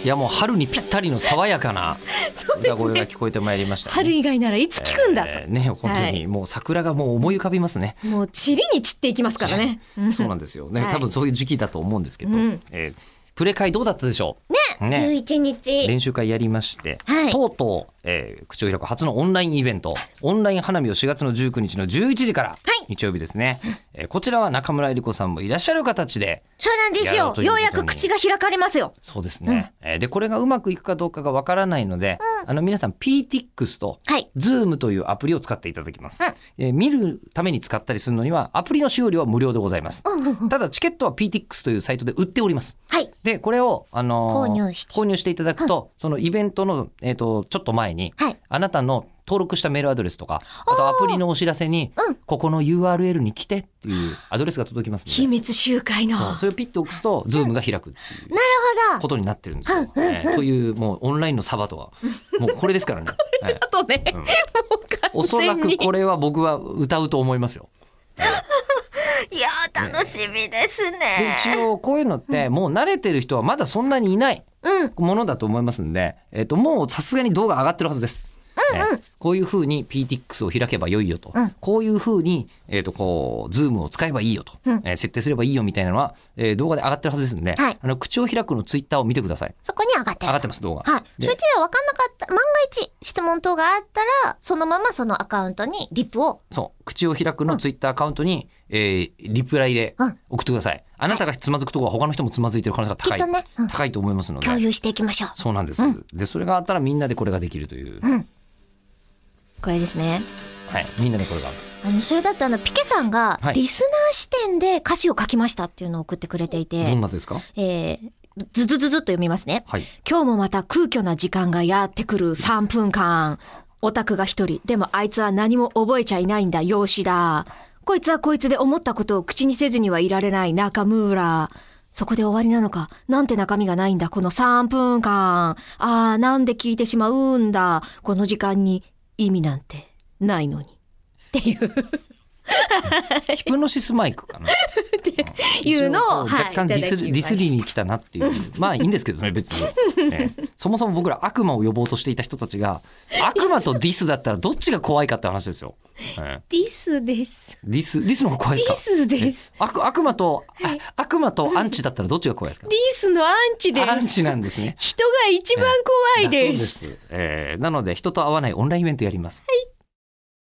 いやもう春にぴったりの爽やかな歌声が聞こえてまいりましたね。 春以外ならいつ聞くんだと、 ね、本当にもう桜がもう思い浮かびますね。 もう散りに散っていきますからね。 そうなんですよね、 はい多分そういう時期だと思うんですけど、プレ会どうだったでしょうね。 11日練習会やりまして、 はいとうとう、口を開く初のオンラインイベント、オンライン花見を4月の19日の11時から日曜日ですね、こちらは中村江里子さんもいらっしゃる形でそうなんですよ。ようやく口が開かれますよ。 そうですね、でこれがうまくいくかどうかがわからないので、皆さん PTX とはい Zoom というアプリを使っていただきます、見るために使ったりするのにはアプリの使用料は無料でございます、ただチケットは PTX というサイトで売っております。 はいでこれを、 購入していただくと、そのイベントの、ちょっと前に、 はいあなたの登録したメールアドレスとか、あとアプリのお知らせに、ここの URL に来てっていうアドレスが届きますので、 秘密集会の。 そうそれをピッと押すと Zoom が開くっていうなるほど。 ことになってるんですよ、というもうオンラインのサバとはもうこれですからね。はいあとね、もうおそら完全にくこれは僕は歌うと思いますよ。 いやー楽しみですでね。 一応こういうのってもう慣れてる人はまだそんなにいないものだと思いますんで、もうさすがに動画上がってるはずです。こういうふうに PTX を開けばよいよと、こういうふうに、こう Zoom を使えばいいよと、設定すればいいよみたいなのは、動画で上がってるはずですんで、 はい口を開くのツイッターを見てください。 そこに上がってる。 上がってます動画。 はい。そでれで分かんなかった、万が一質問等があったら、そのままそのアカウントにリプを。 そう口を開くのツイッターアカウントに、リプライで送ってください。あなたがつまずくところは他の人もつまずいてる可能性が高い、 きっとね高いと思いますので、 共有していきましょう。 そうなんです、でそれがあったらみんなでこれができるという、 これですね。 はい、みんなでこれがそれだとピケさんがはいリスナー視点で歌詞を書きましたっていうのを送ってくれていて、 どんなですか。 ずずずずっと読みますね。 はい、 今日もまた空虚な時間がやってくる3分間。オタクが一人。でもあいつは何も覚えちゃいないんだ。養子だ。こいつはこいつで思ったことを口にせずにはいられない中村。そこで終わりなのか。なんて中身がないんだ。この3分間。なんで聞いてしまうんだ。この時間に意味なんてないのに。っていう。 ヒプノシスマイクかなっていうのを、 若干ディスりに来たなっていうまあいいんですけどね別に、そもそも僕ら悪魔を呼ぼうとしていた人たちが悪魔とディスだったらどっちが怖いかって話ですよ、 ディスです。 ディスの方が怖いですか。 ディスです。 悪魔とアンチだったらどっちが怖いですか。 ディスのアンチです。 アンチなんですね。 人が一番怖いです。 そうです、なので人と会わないオンラインイベントやります。 はい。